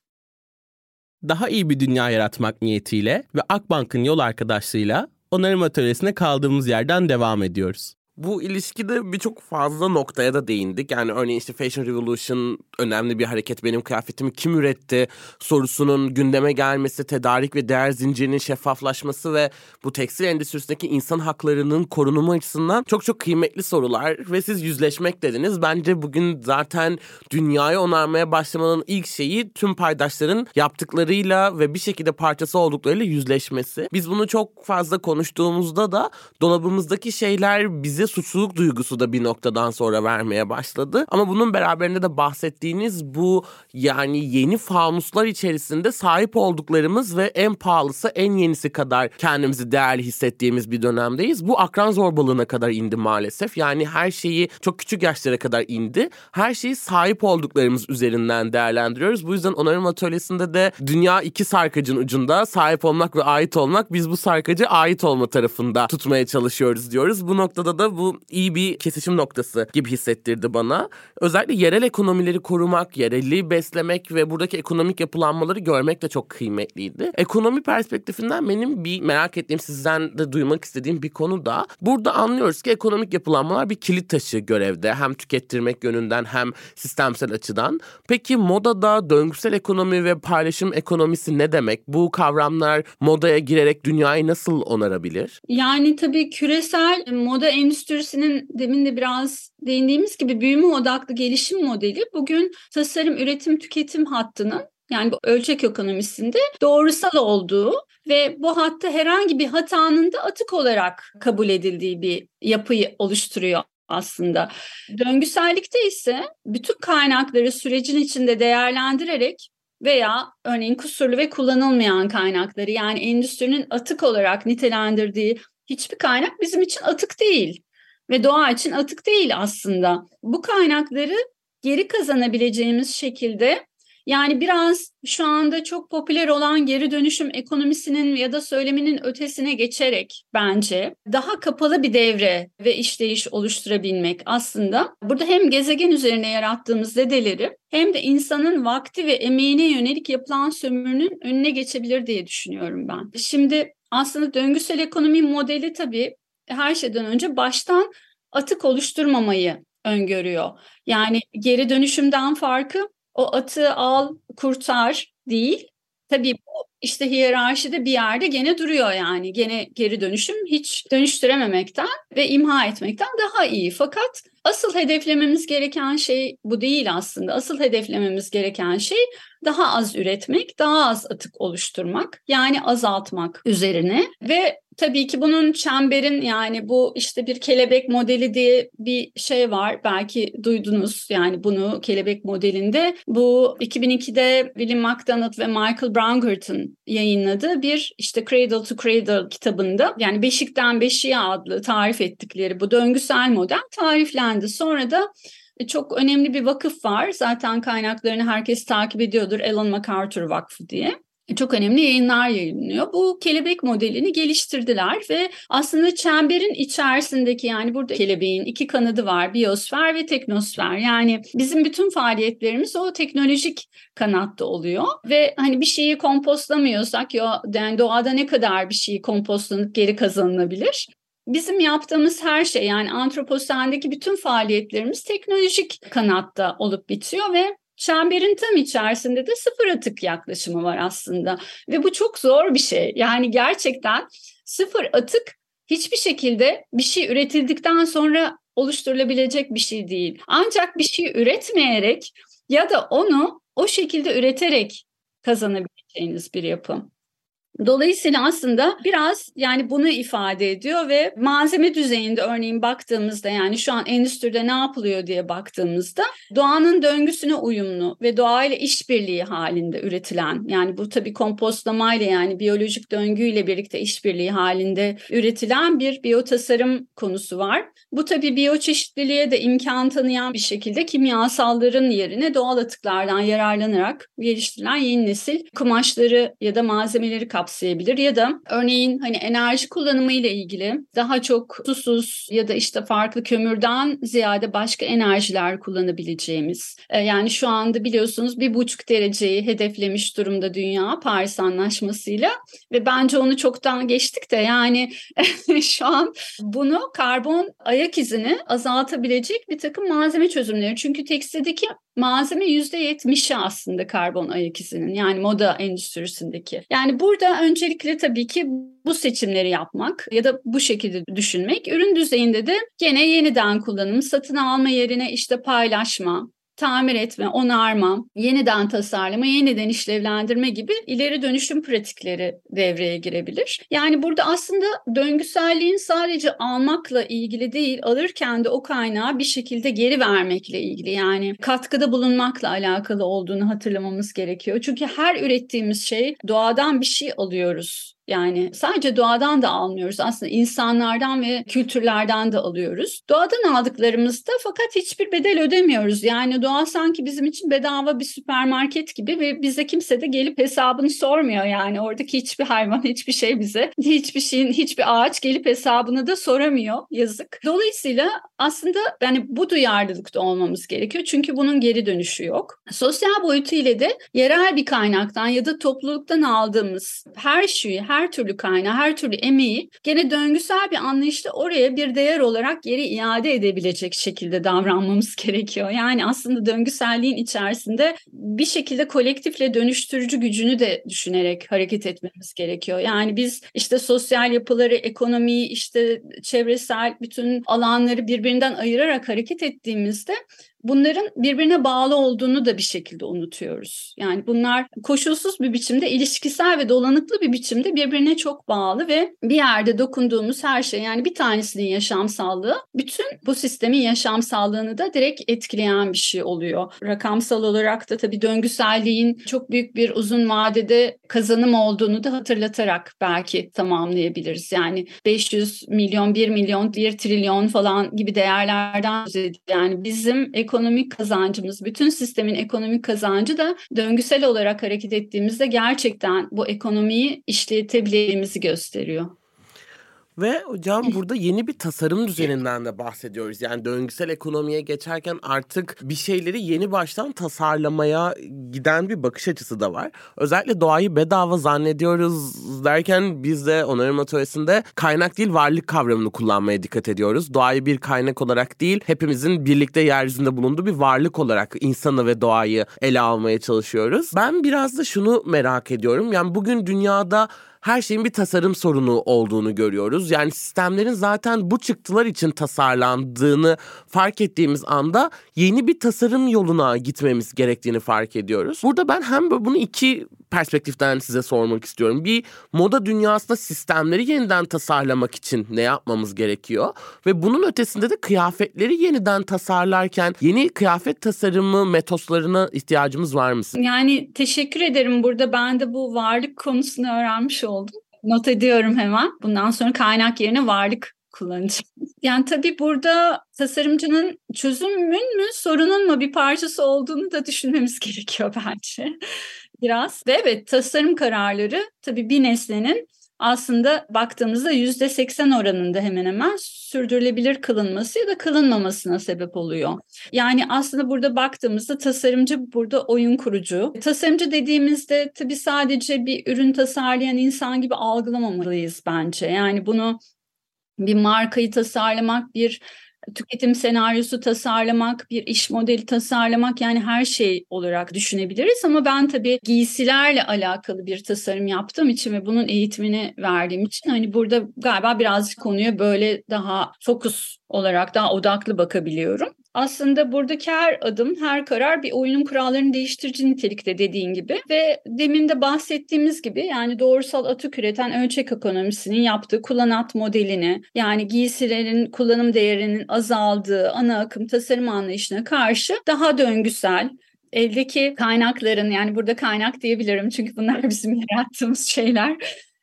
Daha iyi bir dünya yaratmak niyetiyle ve Akbank'ın yol arkadaşlığıyla onarım atölyesine kaldığımız yerden devam ediyoruz. Bu ilişkide birçok fazla noktaya da değindik. Yani örneğin işte Fashion Revolution önemli bir hareket. Benim kıyafetimi kim üretti sorusunun gündeme gelmesi, tedarik ve değer zincirinin şeffaflaşması ve bu tekstil endüstrisindeki insan haklarının korunumu açısından çok çok kıymetli sorular ve siz yüzleşmek dediniz. Bence bugün zaten dünyayı onarmaya başlamanın ilk şeyi tüm paydaşların yaptıklarıyla ve bir şekilde parçası olduklarıyla yüzleşmesi. Biz bunu çok fazla konuştuğumuzda da dolabımızdaki şeyler bize suçluluk duygusu da bir noktadan sonra vermeye başladı. Ama bunun beraberinde de bahsettiğiniz bu yani yeni fanuslar içerisinde sahip olduklarımız ve en pahalısı en yenisi kadar kendimizi değerli hissettiğimiz bir dönemdeyiz. Bu akran zorbalığına kadar indi maalesef. Yani her şeyi çok küçük yaşlara kadar indi. Her şeyi sahip olduklarımız üzerinden değerlendiriyoruz. Bu yüzden onarım atölyesinde de dünya iki sarkacın ucunda, sahip olmak ve ait olmak. Biz bu sarkacı ait olma tarafında tutmaya çalışıyoruz diyoruz. Bu noktada da bu iyi bir kesişim noktası gibi hissettirdi bana. Özellikle yerel ekonomileri korumak, yerelliği beslemek ve buradaki ekonomik yapılanmaları görmek de çok kıymetliydi. Ekonomi perspektifinden benim bir merak ettiğim, sizden de duymak istediğim bir konu da burada anlıyoruz ki ekonomik yapılanmalar bir kilit taşı görevde. Hem tükettirmek yönünden hem sistemsel açıdan. Peki modada döngüsel ekonomi ve paylaşım ekonomisi ne demek? Bu kavramlar modaya girerek dünyayı nasıl onarabilir? Yani tabii küresel moda endüstrisinin demin de biraz değindiğimiz gibi büyüme odaklı gelişim modeli bugün tasarım, üretim, tüketim hattının yani bu ölçek ekonomisinde doğrusal olduğu ve bu hatta herhangi bir hatanın da atık olarak kabul edildiği bir yapıyı oluşturuyor aslında. Döngüsellikte ise bütün kaynakları sürecin içinde değerlendirerek veya örneğin kusurlu ve kullanılmayan kaynakları yani endüstrinin atık olarak nitelendirdiği hiçbir kaynak bizim için atık değil ve doğa için atık değil aslında. Bu kaynakları geri kazanabileceğimiz şekilde yani biraz şu anda çok popüler olan geri dönüşüm ekonomisinin ya da söyleminin ötesine geçerek bence daha kapalı bir devre ve işleyiş oluşturabilmek aslında. Burada hem gezegen üzerine yarattığımız zedeleri hem de insanın vakti ve emeğine yönelik yapılan sömürünün önüne geçebilir diye düşünüyorum ben. Şimdi aslında döngüsel ekonomi modeli tabii her şeyden önce baştan atık oluşturmamayı öngörüyor. Yani geri dönüşümden farkı o atığı al, kurtar değil. Tabii bu işte hiyerarşide bir yerde gene duruyor yani. Gene geri dönüşüm hiç dönüştürememekten ve imha etmekten daha iyi. Fakat asıl hedeflememiz gereken şey bu değil aslında. Asıl hedeflememiz gereken şey daha az üretmek, daha az atık oluşturmak, yani azaltmak üzerine ve tabii ki bunun çemberin yani bu işte bir kelebek modeli diye bir şey var. Belki duydunuz yani bunu kelebek modelinde. Bu iki bin ikide William McDonough ve Michael Braungert'ın yayınladığı bir işte Cradle to Cradle kitabında yani beşikten beşiğe adlı tarif ettikleri bu döngüsel model tariflendi. Sonra da çok önemli bir vakıf var. Zaten kaynaklarını herkes takip ediyordur. Ellen MacArthur Vakfı diye. Çok önemli yayınlar yayınlıyor. Bu kelebek modelini geliştirdiler ve aslında çemberin içerisindeki yani burada kelebeğin iki kanadı var. Biyosfer ve teknosfer. Yani bizim bütün faaliyetlerimiz o teknolojik kanatta oluyor ve hani bir şeyi kompostlamıyorsak ya yani doğada ne kadar bir şeyi kompostlanıp geri kazanılabilir? Bizim yaptığımız her şey yani antroposendeki bütün faaliyetlerimiz teknolojik kanatta olup bitiyor ve çemberin tam içerisinde de sıfır atık yaklaşımı var aslında. Ve bu çok zor bir şey. Yani gerçekten sıfır atık hiçbir şekilde bir şey üretildikten sonra oluşturulabilecek bir şey değil. Ancak bir şey üretmeyerek ya da onu o şekilde üreterek kazanabileceğiniz bir yapı. Dolayısıyla aslında biraz yani bunu ifade ediyor ve malzeme düzeyinde örneğin baktığımızda yani şu an endüstride ne yapılıyor diye baktığımızda doğanın döngüsüne uyumlu ve doğayla işbirliği halinde üretilen yani bu tabii kompostlamayla yani biyolojik döngüyle birlikte işbirliği halinde üretilen bir biyotasarım konusu var. Bu tabii biyoçeşitliliğe de imkan tanıyan bir şekilde kimyasalların yerine doğal atıklardan yararlanarak geliştirilen yeni nesil kumaşları ya da malzemeleri kapsıyor. kapsayabilir ya da örneğin hani enerji kullanımı ile ilgili daha çok susuz ya da işte farklı kömürden ziyade başka enerjiler kullanabileceğimiz. Yani şu anda biliyorsunuz bir buçuk dereceyi hedeflemiş durumda dünya Paris Anlaşması'yla ve bence onu çoktan geçtik de yani şu an bunu karbon ayak izini azaltabilecek bir takım malzeme çözümleri. Çünkü tekstildeki malzeme yüzde yetmişi aslında karbon ayak izinin, yani moda endüstrisindeki. Yani burada öncelikle tabii ki bu seçimleri yapmak ya da bu şekilde düşünmek. Ürün düzeyinde de gene yeniden kullanım, satın alma yerine işte paylaşma, tamir etme, onarma, yeniden tasarlama, yeniden işlevlendirme gibi ileri dönüşüm pratikleri devreye girebilir. Yani burada aslında döngüselliğin sadece almakla ilgili değil, alırken de o kaynağı bir şekilde geri vermekle ilgili, yani katkıda bulunmakla alakalı olduğunu hatırlamamız gerekiyor. Çünkü her ürettiğimiz şey, doğadan bir şey alıyoruz. Yani sadece doğadan da almıyoruz. Aslında insanlardan ve kültürlerden de alıyoruz. Doğadan aldıklarımızda fakat hiçbir bedel ödemiyoruz. Yani doğa sanki bizim için bedava bir süpermarket gibi ve bize kimse de gelip hesabını sormuyor. Yani oradaki hiçbir hayvan, hiçbir şey bize, hiçbir şeyin, hiçbir ağaç gelip hesabını da soramıyor. Yazık. Dolayısıyla aslında yani bu duyarlılıkta olmamız gerekiyor. Çünkü bunun geri dönüşü yok. Sosyal boyutu ile de yerel bir kaynaktan ya da topluluktan aldığımız her şeyi, her her türlü kaynağı, her türlü emeği gene döngüsel bir anlayışla oraya bir değer olarak geri iade edebilecek şekilde davranmamız gerekiyor. Yani aslında döngüselliğin içerisinde bir şekilde kolektifle dönüştürücü gücünü de düşünerek hareket etmemiz gerekiyor. Yani biz işte sosyal yapıları, ekonomiyi, işte çevresel bütün alanları birbirinden ayırarak hareket ettiğimizde bunların birbirine bağlı olduğunu da bir şekilde unutuyoruz. Yani bunlar koşulsuz bir biçimde, ilişkisel ve dolanıklı bir biçimde birbirine çok bağlı ve bir yerde dokunduğumuz her şey, yani bir tanesinin yaşamsallığı bütün bu sistemin yaşamsallığını da direkt etkileyen bir şey oluyor. Rakamsal olarak da tabii döngüselliğin çok büyük bir uzun vadede kazanım olduğunu da hatırlatarak belki tamamlayabiliriz. Yani beş yüz milyon, bir milyon, bir trilyon falan gibi değerlerden söz ediyor. Yani bizim ekonomik kazancımız, bütün sistemin ekonomik kazancı da döngüsel olarak hareket ettiğimizde gerçekten bu ekonomiyi işletebileceğimizi gösteriyor. Ve hocam burada yeni bir tasarım düzeninden de bahsediyoruz. Yani döngüsel ekonomiye geçerken artık bir şeyleri yeni baştan tasarlamaya giden bir bakış açısı da var. Özellikle doğayı bedava zannediyoruz derken biz de onarım atölyesinde kaynak değil varlık kavramını kullanmaya dikkat ediyoruz. Doğayı bir kaynak olarak değil, hepimizin birlikte yeryüzünde bulunduğu bir varlık olarak insanı ve doğayı ele almaya çalışıyoruz. Ben biraz da şunu merak ediyorum. Yani bugün dünyada her şeyin bir tasarım sorunu olduğunu görüyoruz. Yani sistemlerin zaten bu çıktılar için tasarlandığını fark ettiğimiz anda yeni bir tasarım yoluna gitmemiz gerektiğini fark ediyoruz. Burada ben hem bunu iki perspektiften size sormak istiyorum. Bir, moda dünyasında sistemleri yeniden tasarlamak için ne yapmamız gerekiyor? Ve bunun ötesinde de kıyafetleri yeniden tasarlarken yeni kıyafet tasarımı metotlarına ihtiyacımız var mı? Yani teşekkür ederim. Burada ben de bu varlık konusunu öğrenmiş oldum. Not ediyorum hemen. Bundan sonra kaynak yerine varlık kullanacağım. Yani tabii burada tasarımcının çözümün mü, sorunun mu bir parçası olduğunu da düşünmemiz gerekiyor bence. Biraz. Ve evet, tasarım kararları tabii bir nesnenin aslında baktığımızda yüzde seksen oranında hemen hemen sürdürülebilir kılınması ya da kılınmamasına sebep oluyor. Yani aslında burada baktığımızda tasarımcı burada oyun kurucu. Tasarımcı dediğimizde tabii sadece bir ürün tasarlayan insan gibi algılamamalıyız bence. Yani bunu bir markayı tasarlamak, bir tüketim senaryosu tasarlamak, bir iş modeli tasarlamak, yani her şey olarak düşünebiliriz. Ama ben tabii giysilerle alakalı bir tasarım yaptığım için ve bunun eğitimini verdiğim için hani burada galiba birazcık konuya böyle daha fokus olarak daha odaklı bakabiliyorum. Aslında buradaki her adım, her karar bir oyunun kurallarını değiştirici nitelikte dediğin gibi ve demin de bahsettiğimiz gibi yani doğrusal atık üreten ölçek ekonomisinin yaptığı kullanat modelini, yani giysilerin kullanım değerinin azaldığı ana akım tasarım anlayışına karşı daha döngüsel, eldeki kaynakların, yani burada kaynak diyebilirim çünkü bunlar bizim yarattığımız şeyler,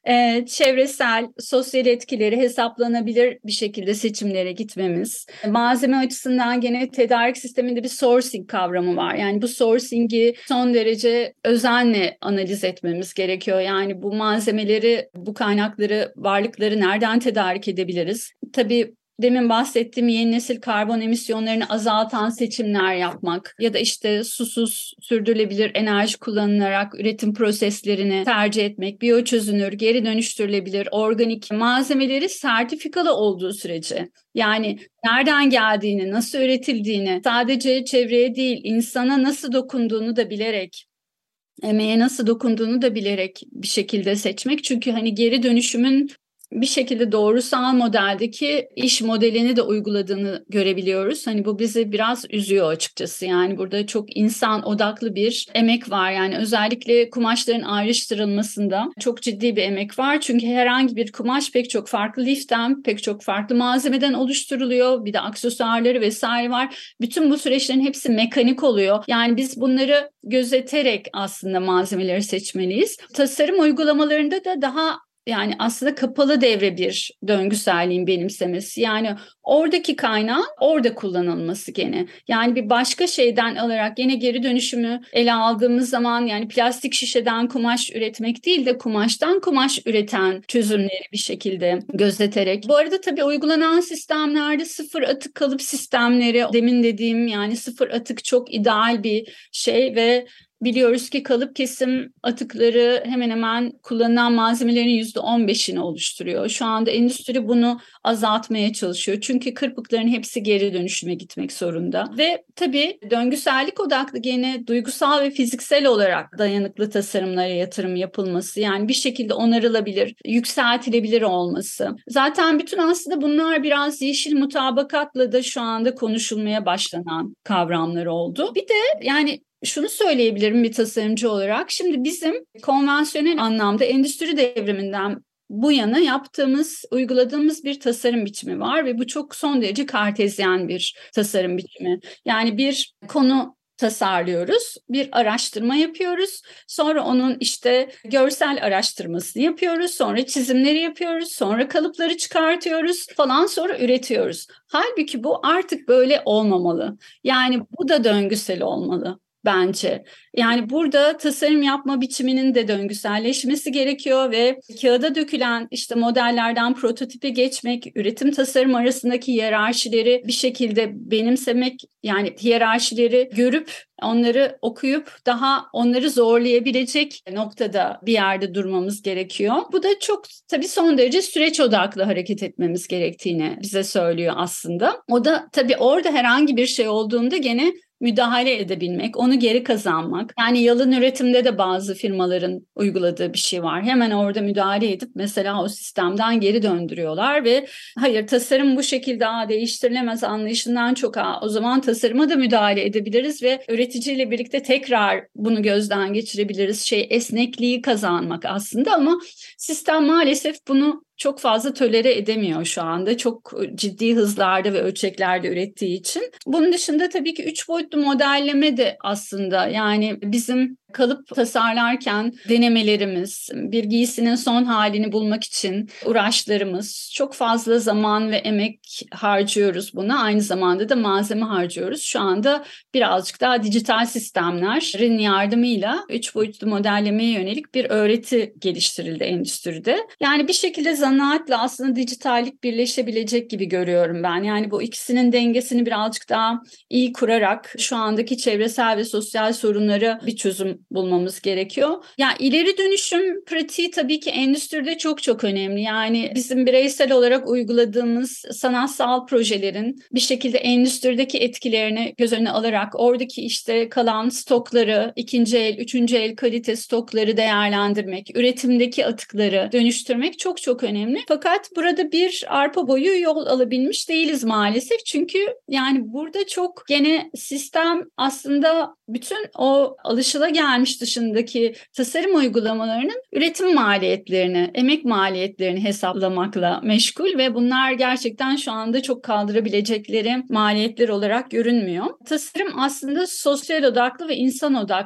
e, çevresel, sosyal etkileri hesaplanabilir bir şekilde seçimlere gitmemiz. Malzeme açısından gene tedarik sisteminde bir sourcing kavramı var. Yani bu sourcing'i son derece özenle analiz etmemiz gerekiyor. Yani bu malzemeleri, bu kaynakları, varlıkları nereden tedarik edebiliriz? Tabii demin bahsettiğim yeni nesil karbon emisyonlarını azaltan seçimler yapmak ya da işte susuz sürdürülebilir enerji kullanılarak üretim proseslerini tercih etmek, biyoçözünür, geri dönüştürülebilir, organik malzemeleri sertifikalı olduğu sürece, yani nereden geldiğini, nasıl üretildiğini, sadece çevreye değil insana nasıl dokunduğunu da bilerek, emeğe nasıl dokunduğunu da bilerek bir şekilde seçmek. Çünkü hani geri dönüşümün bir şekilde doğrusal modeldeki iş modelini de uyguladığını görebiliyoruz. Hani bu bizi biraz üzüyor açıkçası. Yani burada çok insan odaklı bir emek var. Yani özellikle kumaşların ayrıştırılmasında çok ciddi bir emek var. Çünkü herhangi bir kumaş pek çok farklı liften, pek çok farklı malzemeden oluşturuluyor. Bir de aksesuarları vesaire var. Bütün bu süreçlerin hepsi mekanik oluyor. Yani biz bunları gözeterek aslında malzemeleri seçmeliyiz. Tasarım uygulamalarında da daha yani aslında kapalı devre bir döngüselliğin benimsemesi. Yani oradaki kaynağın orada kullanılması gene. Yani bir başka şeyden alarak gene geri dönüşümü ele aldığımız zaman yani plastik şişeden kumaş üretmek değil de kumaştan kumaş üreten çözümleri bir şekilde gözeterek. Bu arada tabii uygulanan sistemlerde sıfır atık kalıp sistemleri, demin dediğim yani sıfır atık çok ideal bir şey ve biliyoruz ki kalıp kesim atıkları hemen hemen kullanılan malzemelerin yüzde on beşini oluşturuyor. Şu anda endüstri bunu azaltmaya çalışıyor. Çünkü kırpıkların hepsi geri dönüşüme gitmek zorunda. Ve tabii döngüsellik odaklı gene duygusal ve fiziksel olarak dayanıklı tasarımlara yatırım yapılması, yani bir şekilde onarılabilir, yükseltilebilir olması. Zaten bütün aslında bunlar biraz yeşil mutabakatla da şu anda konuşulmaya başlanan kavramlar oldu. Bir de yani şunu söyleyebilirim bir tasarımcı olarak. Şimdi bizim konvansiyonel anlamda endüstri devriminden bu yana yaptığımız, uyguladığımız bir tasarım biçimi var ve bu çok son derece kartezyen bir tasarım biçimi. Yani bir konu tasarlıyoruz, bir araştırma yapıyoruz, sonra onun işte görsel araştırmasını yapıyoruz, sonra çizimleri yapıyoruz, sonra kalıpları çıkartıyoruz falan, sonra üretiyoruz. Halbuki bu artık böyle olmamalı. Yani bu da döngüsel olmalı bence. Yani burada tasarım yapma biçiminin de döngüselleşmesi gerekiyor ve kağıda dökülen işte modellerden prototipe geçmek, üretim tasarım arasındaki hiyerarşileri bir şekilde benimsemek, yani hiyerarşileri görüp onları okuyup daha onları zorlayabilecek noktada bir yerde durmamız gerekiyor. Bu da çok tabii son derece süreç odaklı hareket etmemiz gerektiğini bize söylüyor aslında. O da tabii orada herhangi bir şey olduğunda gene müdahale edebilmek, onu geri kazanmak. Yani yalın üretimde de bazı firmaların uyguladığı bir şey var. Hemen orada müdahale edip mesela o sistemden geri döndürüyorlar ve hayır, tasarım bu şekilde aa, değiştirilemez anlayışından çok aa, o zaman tasarıma da müdahale edebiliriz ve üreticiyle birlikte tekrar bunu gözden geçirebiliriz. Şey, esnekliği kazanmak aslında, ama sistem maalesef bunu çok fazla tolere edemiyor şu anda. Çok ciddi hızlarda ve ölçeklerde ürettiği için. Bunun dışında tabii ki üç boyutlu modelleme de aslında, yani bizim kalıp tasarlarken denemelerimiz, bir giysinin son halini bulmak için uğraşlarımız, çok fazla zaman ve emek harcıyoruz buna. Aynı zamanda da malzeme harcıyoruz. Şu anda birazcık daha dijital sistemlerin yardımıyla üç boyutlu modellemeye yönelik bir öğreti geliştirildi endüstride. Yani bir şekilde zanaatla aslında dijitallik birleşebilecek gibi görüyorum ben. Yani bu ikisinin dengesini birazcık daha iyi kurarak şu andaki çevresel ve sosyal sorunları bir çözüm bulmamız gerekiyor. Yani ileri dönüşüm pratiği tabii ki endüstride çok çok önemli. Yani bizim bireysel olarak uyguladığımız sanatsal projelerin bir şekilde endüstrideki etkilerini göz önüne alarak oradaki işte kalan stokları, ikinci el, üçüncü el kalite stokları değerlendirmek, üretimdeki atıkları dönüştürmek çok çok önemli. Fakat burada bir arpa boyu yol alabilmiş değiliz maalesef. Çünkü yani burada çok gene sistem aslında bütün o alışılagelmiş dışındaki tasarım uygulamalarının üretim maliyetlerini, emek maliyetlerini hesaplamakla meşgul ve bunlar gerçekten şu anda çok kaldırabilecekleri maliyetler olarak görünmüyor. Tasarım aslında sosyal odaklı ve insan odaklı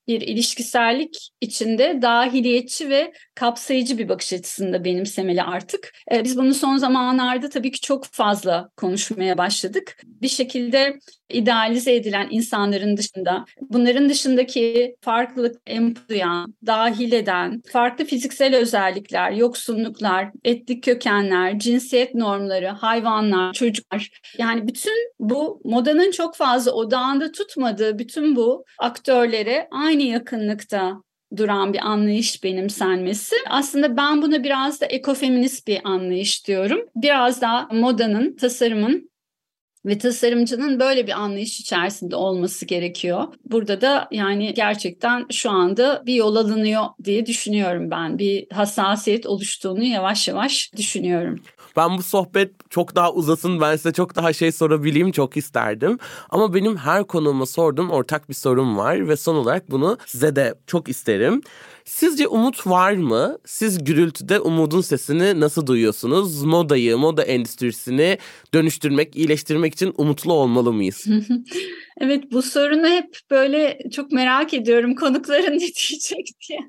bir ilişkisellik içinde dahiliyetçi ve kapsayıcı bir bakış açısında benimsemeli artık. Ee, biz bunu son zamanlarda tabii ki çok fazla konuşmaya başladık. Bir şekilde idealize edilen insanların dışında, bunların dışındaki farklılık, empati duyan, dahil eden, farklı fiziksel özellikler, yoksunluklar, etnik kökenler, cinsiyet normları, hayvanlar, çocuklar, yani bütün bu modanın çok fazla odağında tutmadığı bütün bu aktörlere aynı yakınlıkta duran bir anlayış benimsenmesi. Aslında ben buna biraz da ekofeminist bir anlayış diyorum. Biraz da modanın, tasarımın ve tasarımcının böyle bir anlayış içerisinde olması gerekiyor. Burada da yani gerçekten şu anda bir yol alınıyor diye düşünüyorum ben. Bir hassasiyet oluştuğunu yavaş yavaş düşünüyorum. Ben bu sohbet çok daha uzasın, ben size çok daha şey sorabileyim çok isterdim. Ama benim her konuğuma sorduğum ortak bir sorum var ve son olarak bunu size de çok isterim. Sizce umut var mı? Siz gürültüde umudun sesini nasıl duyuyorsunuz? Modayı, moda endüstrisini dönüştürmek, iyileştirmek için umutlu olmalı mıyız? Evet, bu sorunu hep böyle çok merak ediyorum, konukların ne diyecek diye.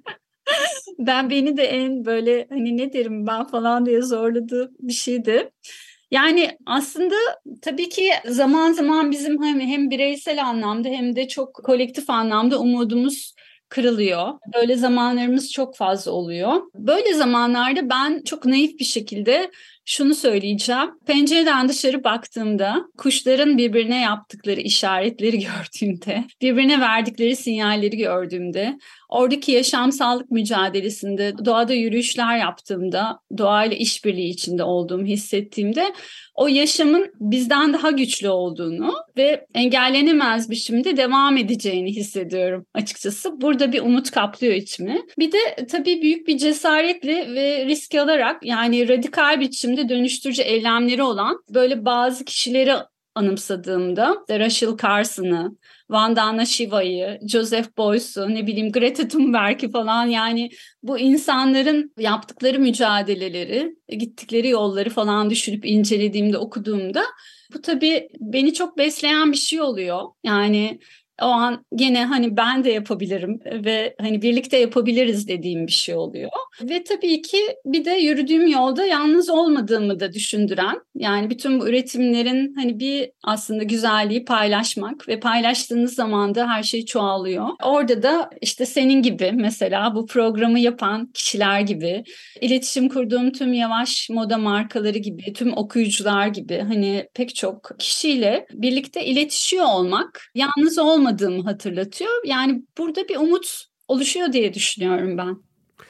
Ben beni de en böyle hani ne derim ben falan diye zorladığı bir şeydi. Yani aslında tabii ki zaman zaman bizim hem, hem bireysel anlamda hem de çok kolektif anlamda umudumuz kırılıyor. Böyle zamanlarımız çok fazla oluyor. Böyle zamanlarda ben çok naif bir şekilde şunu söyleyeceğim. Pencereden dışarı baktığımda, kuşların birbirine yaptıkları işaretleri gördüğümde, birbirine verdikleri sinyalleri gördüğümde, oradaki yaşamsallık mücadelesinde, doğada yürüyüşler yaptığımda, doğayla işbirliği içinde olduğumu hissettiğimde o yaşamın bizden daha güçlü olduğunu ve engellenemez biçimde devam edeceğini hissediyorum açıkçası. Burada bir umut kaplıyor içimi. Bir de tabii büyük bir cesaretle ve risk alarak, yani radikal biçimde dönüştürücü eylemleri olan böyle bazı kişileri anımsadığımda, Rachel Carson'ı, Vandana Shiva'yı, Joseph Beuys'u, ne bileyim Greta Thunberg'i falan, yani bu insanların yaptıkları mücadeleleri, gittikleri yolları falan düşünüp incelediğimde, okuduğumda bu tabii beni çok besleyen bir şey oluyor. Yani o an gene hani ben de yapabilirim ve hani birlikte yapabiliriz dediğim bir şey oluyor. Ve tabii ki bir de yürüdüğüm yolda yalnız olmadığımı da düşündüren, yani bütün bu üretimlerin hani bir aslında güzelliği paylaşmak ve paylaştığınız zaman da her şey çoğalıyor. Orada da işte senin gibi mesela bu programı yapan kişiler gibi, iletişim kurduğum tüm yavaş moda markaları gibi, tüm okuyucular gibi hani pek çok kişiyle birlikte iletişiyor olmak yalnız olmadığımı hatırlatıyor. Yani burada bir umut oluşuyor diye düşünüyorum ben.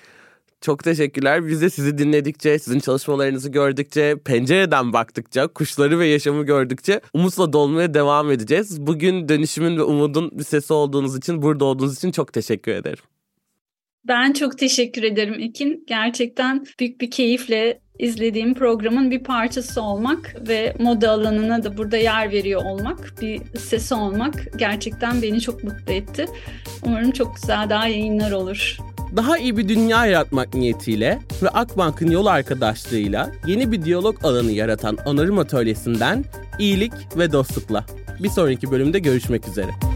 Çok teşekkürler. Biz de sizi dinledikçe, sizin çalışmalarınızı gördükçe, pencereden baktıkça, kuşları ve yaşamı gördükçe umutla dolmaya devam edeceğiz. Bugün dönüşümün ve umudun bir sesi olduğunuz için, burada olduğunuz için çok teşekkür ederim. Ben çok teşekkür ederim Ekin. Gerçekten büyük bir keyifle izlediğim programın bir parçası olmak ve moda alanına da burada yer veriyor olmak, bir sesi olmak gerçekten beni çok mutlu etti. Umarım çok güzel daha yayınlar olur. Daha iyi bir dünya yaratmak niyetiyle ve Akbank'ın yol arkadaşlığıyla yeni bir diyalog alanı yaratan Onarım Atölyesi'nden iyilik ve dostlukla. Bir sonraki bölümde görüşmek üzere.